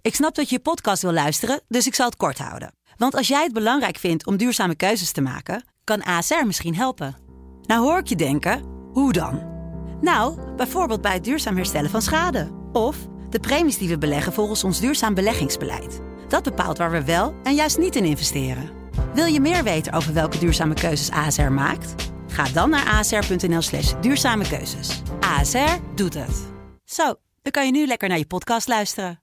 Ik snap dat je podcast wil luisteren, dus ik zal het kort houden. Want als jij het belangrijk vindt om duurzame keuzes te maken, kan ASR misschien helpen. Nou hoor ik je denken, hoe dan? Nou, bijvoorbeeld bij het duurzaam herstellen van schade. Of de premies die we beleggen volgens ons duurzaam beleggingsbeleid. Dat bepaalt waar we wel en juist niet in investeren. Wil je meer weten over welke duurzame keuzes ASR maakt? Ga dan naar asr.nl/duurzame keuzes. ASR doet het. Zo, dan kan je nu lekker naar je podcast luisteren.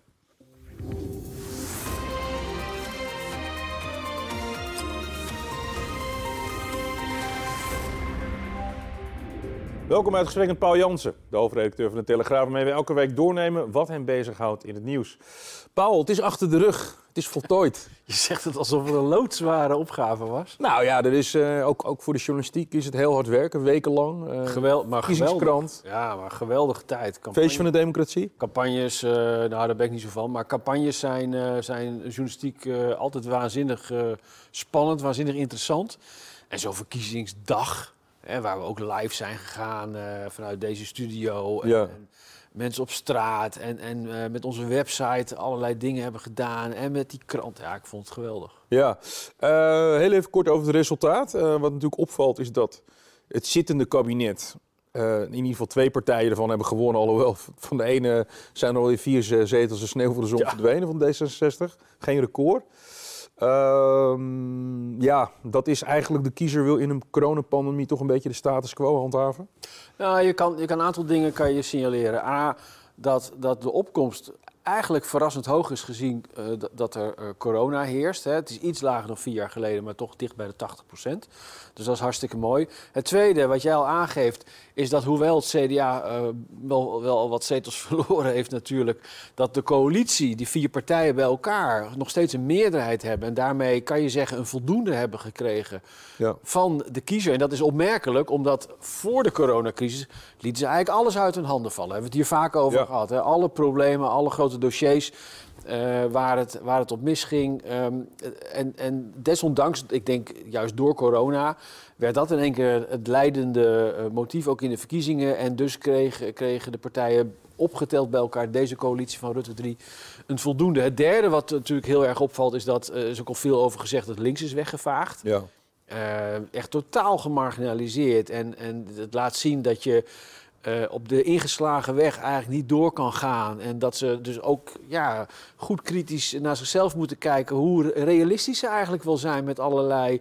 Welkom bij het gesprek met Paul Jansen, de hoofdredacteur van de Telegraaf, waarmee we elke week doornemen wat hem bezighoudt in het nieuws. Paul, het is achter de rug. Het is voltooid. Je zegt het alsof het een loodzware opgave was. Nou ja, er is, ook voor de journalistiek is het heel hard werken, wekenlang. Verkiezingskrant. Ja, maar geweldige tijd. Feestje van de democratie. Campagnes, nou daar ben ik niet zo van. Maar campagnes zijn journalistiek altijd waanzinnig spannend, waanzinnig interessant. En zo'n verkiezingsdag, waar we ook live zijn gegaan vanuit deze studio. En mensen op straat en met onze website allerlei dingen hebben gedaan. En met die krant. Ja, ik vond het geweldig. Ja, heel even kort over het resultaat. Wat natuurlijk opvalt is dat het zittende kabinet, in ieder geval 2 partijen ervan hebben gewonnen. Alhoewel van de ene zijn er alweer 4 zetels de sneeuw voor de zon verdwenen van D66. Geen record. Dat is eigenlijk de kiezer wil in een coronapandemie toch een beetje de status quo handhaven? Nou, je kan een aantal dingen kan je signaleren. A, dat de opkomst eigenlijk verrassend hoog is gezien dat er corona heerst. Hè. Het is iets lager dan 4 jaar geleden, maar toch dicht bij de 80%. Dus dat is hartstikke mooi. Het tweede, wat jij al aangeeft, is dat hoewel het CDA wel wat zetels verloren heeft natuurlijk, dat de coalitie, die 4 partijen bij elkaar, nog steeds een meerderheid hebben. En daarmee kan je zeggen een voldoende hebben gekregen van de kiezer. En dat is opmerkelijk, omdat voor de coronacrisis lieten ze eigenlijk alles uit hun handen vallen. Daar hebben we het hier vaak over gehad. Hè. Alle problemen, alle grote dossiers waar het op misging. En desondanks, ik denk juist door corona, werd dat in één keer het leidende motief ook in de verkiezingen. En dus kregen de partijen opgeteld bij elkaar, deze coalitie van Rutte 3, een voldoende. Het derde wat natuurlijk heel erg opvalt is dat, er is ook al veel over gezegd, dat links is weggevaagd. Ja. Echt totaal gemarginaliseerd. En het laat zien dat je op de ingeslagen weg eigenlijk niet door kan gaan. En dat ze dus ook goed kritisch naar zichzelf moeten kijken hoe realistisch ze eigenlijk wel zijn met allerlei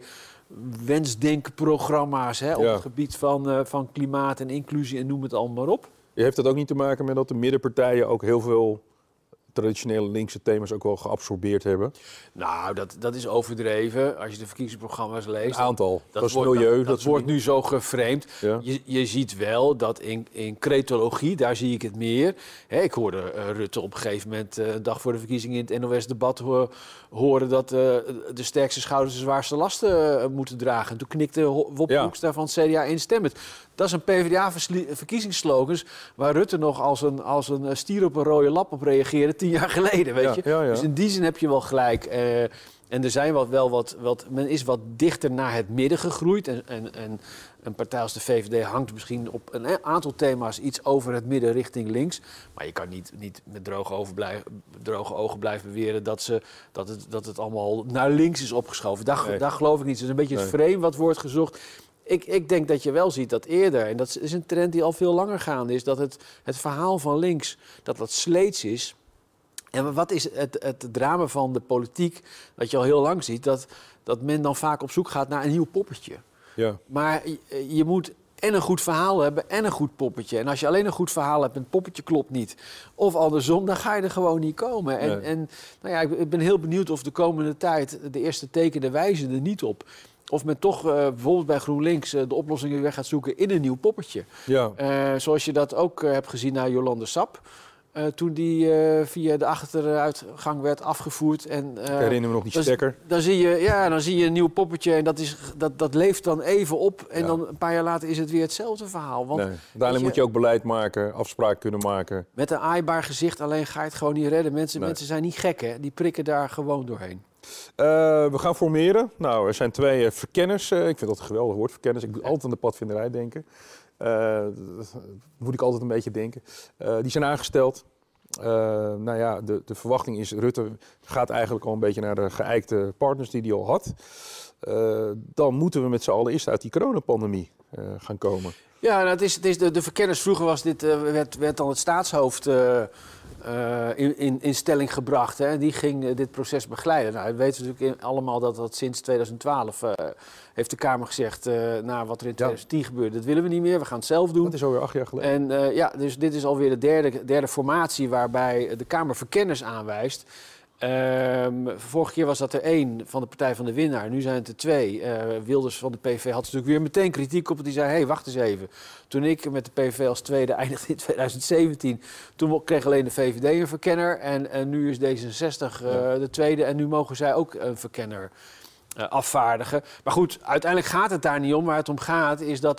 wensdenkenprogramma's op het gebied van klimaat en inclusie en noem het allemaal maar op. Heeft dat ook niet te maken met dat de middenpartijen ook heel veel traditionele linkse thema's ook wel geabsorbeerd hebben? Nou, dat is overdreven. Als je de verkiezingsprogramma's leest. Een aantal. Dat wordt nu zo geframed. Ja. Je ziet wel dat in cretologie, daar zie ik het meer. Ik hoorde Rutte op een gegeven moment, een dag voor de verkiezingen in het NOS-debat, horen dat de sterkste schouders de zwaarste lasten moeten dragen. En toen knikte Wop Hoekstra van het CDA instemmend. Dat is een PvdA-verkiezingsslogans waar Rutte nog als een stier op een rode lap op reageerde 10 jaar geleden, weet je. Ja. Dus in die zin heb je wel gelijk. En er zijn men is wat dichter naar het midden gegroeid. En een partij als de VVD hangt misschien op een aantal thema's iets over het midden richting links. Maar je kan niet met droge ogen blijven beweren dat het allemaal naar links is opgeschoven. Daar geloof ik niet. Het is een beetje het frame wat wordt gezocht. Ik denk dat je wel ziet dat eerder, en dat is een trend die al veel langer gaande is, dat het verhaal van links, dat sleets is. En wat is het drama van de politiek, dat je al heel lang ziet, dat men dan vaak op zoek gaat naar een nieuw poppetje. Ja. Maar je moet en een goed verhaal hebben en een goed poppetje. En als je alleen een goed verhaal hebt en het poppetje klopt niet, of andersom, dan ga je er gewoon niet komen. En ik ben heel benieuwd of de komende tijd de eerste tekenen wijzen er niet op. Of men toch bijvoorbeeld bij GroenLinks de oplossingen weer gaat zoeken in een nieuw poppetje. Ja. Zoals je dat ook hebt gezien naar Jolande Sap. Toen die via de achteruitgang werd afgevoerd. En, ik herinner me nog die stekker. Dan zie je een nieuw poppetje en dat leeft dan even op. En dan een paar jaar later is het weer hetzelfde verhaal. Want, uiteindelijk moet je ook beleid maken, afspraken kunnen maken. Met een aaibaar gezicht alleen ga je het gewoon niet redden. Mensen zijn niet gek, hè? Die prikken daar gewoon doorheen. We gaan formeren. Nou, er zijn 2 verkenners. Ik vind dat een geweldig woord, verkenners. Ik moet altijd aan de padvinderij denken. Moet ik altijd een beetje denken. Die zijn aangesteld. De verwachting is, Rutte gaat eigenlijk al een beetje naar de geëikte partners die hij al had. Dan moeten we met z'n allen eerst uit die coronapandemie gaan komen. Ja, nou, het is de verkenners. Vroeger was dit, werd dan het staatshoofd in stelling gebracht. Hè. Die ging dit proces begeleiden. Nou, we weten natuurlijk allemaal dat sinds 2012 heeft de Kamer gezegd... wat er in 2010 gebeurde, dat willen we niet meer. We gaan het zelf doen. Dat is alweer 8 jaar geleden. En dus dit is alweer de derde formatie waarbij de Kamer verkenners aanwijst. Vorige keer was dat er 1 van de Partij van de Winnaar. Nu zijn het er 2. Wilders van de PV had natuurlijk weer meteen kritiek op. Die zei, hey, wacht eens even. Toen ik met de PV als tweede eindigde in 2017... toen kreeg alleen de VVD een verkenner. En nu is D66 de tweede. En nu mogen zij ook een verkenner afvaardigen. Maar goed, uiteindelijk gaat het daar niet om. Waar het om gaat is dat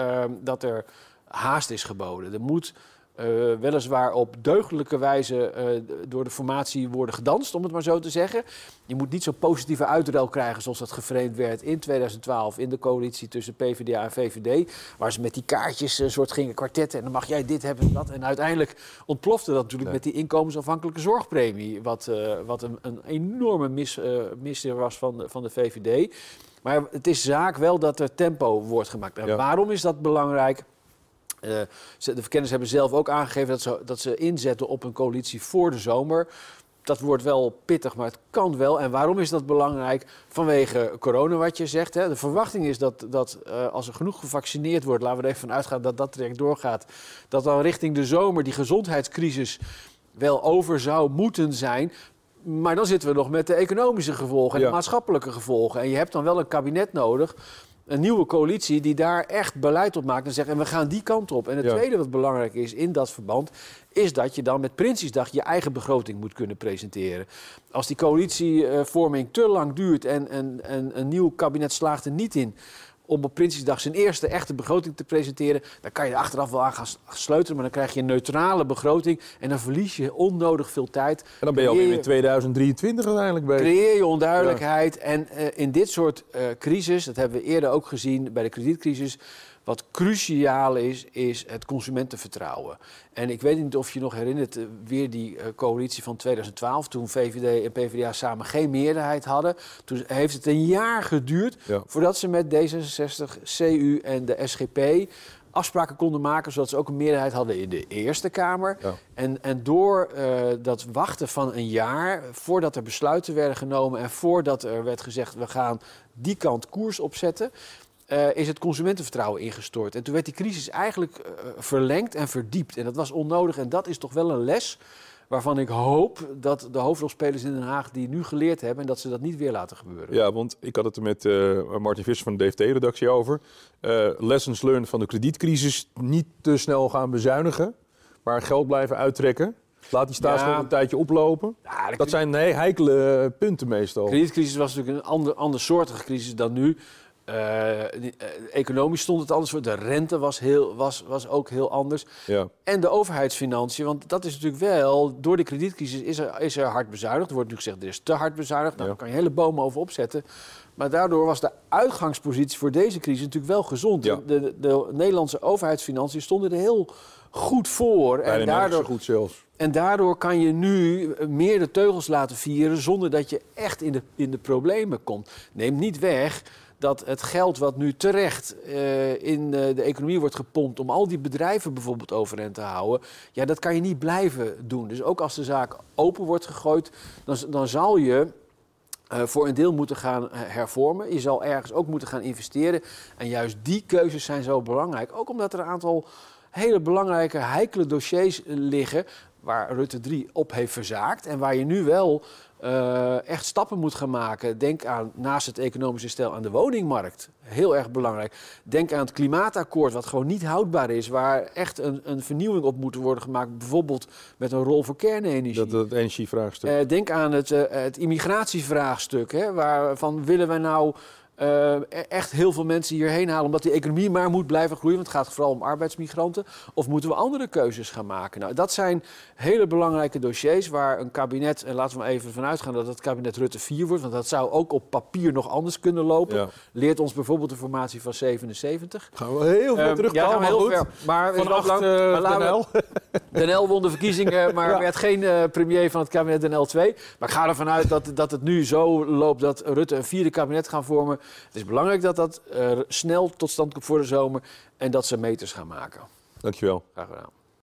er haast is geboden. Er moet... weliswaar op deugdelijke wijze door de formatie worden gedanst, om het maar zo te zeggen. Je moet niet zo'n positieve uitruil krijgen zoals dat geframed werd in 2012 in de coalitie tussen PvdA en VVD. Waar ze met die kaartjes een soort gingen kwartetten en dan mag jij dit hebben en dat. En uiteindelijk ontplofte dat natuurlijk met die inkomensafhankelijke zorgpremie. Wat een enorme misser was van de VVD. Maar het is zaak wel dat er tempo wordt gemaakt. En waarom is dat belangrijk? De verkenners hebben zelf ook aangegeven dat ze inzetten op een coalitie voor de zomer. Dat wordt wel pittig, maar het kan wel. En waarom is dat belangrijk? Vanwege corona, wat je zegt. Hè. De verwachting is dat als er genoeg gevaccineerd wordt... laten we er even van uitgaan dat dat traject doorgaat... dat dan richting de zomer die gezondheidscrisis wel over zou moeten zijn... Maar dan zitten we nog met de economische gevolgen en de maatschappelijke gevolgen. En je hebt dan wel een kabinet nodig... Een nieuwe coalitie die daar echt beleid op maakt en zegt... en we gaan die kant op. En het tweede wat belangrijk is in dat verband... is dat je dan met Prinsjesdag je eigen begroting moet kunnen presenteren. Als die coalitievorming te lang duurt en een nieuw kabinet slaagt er niet in... om op Prinsjesdag zijn eerste echte begroting te presenteren... dan kan je er achteraf wel aan gaan sleutelen... maar dan krijg je een neutrale begroting... en dan verlies je onnodig veel tijd. En dan ben je alweer in 2023 uiteindelijk bezig. Creëer je onduidelijkheid. Ja. En in dit soort crisis, dat hebben we eerder ook gezien bij de kredietcrisis... wat cruciaal is het consumentenvertrouwen. En ik weet niet of je nog herinnert, weer die coalitie van 2012... toen VVD en PvdA samen geen meerderheid hadden. Toen heeft het een jaar geduurd voordat ze met D66, CU en de SGP... afspraken konden maken, zodat ze ook een meerderheid hadden in de Eerste Kamer. Ja. En door dat wachten van een jaar, voordat er besluiten werden genomen... en voordat er werd gezegd, we gaan die kant koers opzetten... is het consumentenvertrouwen ingestort. En toen werd die crisis eigenlijk verlengd en verdiept. En dat was onnodig. En dat is toch wel een les waarvan ik hoop dat de hoofdrolspelers in Den Haag die nu geleerd hebben... en dat ze dat niet weer laten gebeuren. Ja, want ik had het er met Martin Visser van de DFT-redactie over. Lessons learned van de kredietcrisis. Niet te snel gaan bezuinigen, maar geld blijven uittrekken. Laat die staatsschuld een tijdje oplopen. Ja, dat zijn heikele punten meestal. De kredietcrisis was natuurlijk een andersoortige crisis dan nu... economisch stond het anders voor. De rente was ook heel anders. Ja. En de overheidsfinanciën, want dat is natuurlijk wel... door de kredietcrisis is er hard bezuinigd. Er wordt nu gezegd, er is te hard bezuinigd. Nou, daar kan je hele bomen over opzetten. Maar daardoor was de uitgangspositie voor deze crisis natuurlijk wel gezond. Ja. De Nederlandse overheidsfinanciën stonden er heel goed voor. En daardoor zo goed zelfs. En daardoor kan je nu meer de teugels laten vieren... zonder dat je echt in de problemen komt. Neem niet weg... dat het geld wat nu terecht in de economie wordt gepompt... om al die bedrijven bijvoorbeeld overeind te houden... ja, dat kan je niet blijven doen. Dus ook als de zaak open wordt gegooid... dan zal je voor een deel moeten gaan hervormen. Je zal ergens ook moeten gaan investeren. En juist die keuzes zijn zo belangrijk. Ook omdat er een aantal hele belangrijke, heikele dossiers liggen... waar Rutte 3 op heeft verzaakt en waar je nu wel... echt stappen moet gaan maken. Denk aan, naast het economische herstel, aan de woningmarkt. Heel erg belangrijk. Denk aan het klimaatakkoord, wat gewoon niet houdbaar is. Waar echt een vernieuwing op moet worden gemaakt. Bijvoorbeeld met een rol voor kernenergie. Dat energievraagstuk. Denk aan het immigratievraagstuk. Hè, waarvan willen wij nou... echt heel veel mensen hierheen halen... omdat die economie maar moet blijven groeien... want het gaat vooral om arbeidsmigranten... of moeten we andere keuzes gaan maken? Nou, dat zijn hele belangrijke dossiers... waar een kabinet, en laten we maar even vanuit gaan... dat het kabinet Rutte 4 wordt... want dat zou ook op papier nog anders kunnen lopen. Ja. Leert ons bijvoorbeeld de formatie van 77. Gaan we heel veel terug. Ja, gaan we heel ver. Maar van 8 laten we Den Uyl won de verkiezingen, maar werd geen premier van het kabinet Den Uyl 2. Maar ik ga ervan uit dat het nu zo loopt dat Rutte een 4e kabinet gaan vormen. Het is belangrijk dat dat snel tot stand komt voor de zomer en dat ze meters gaan maken. Dankjewel. Graag gedaan.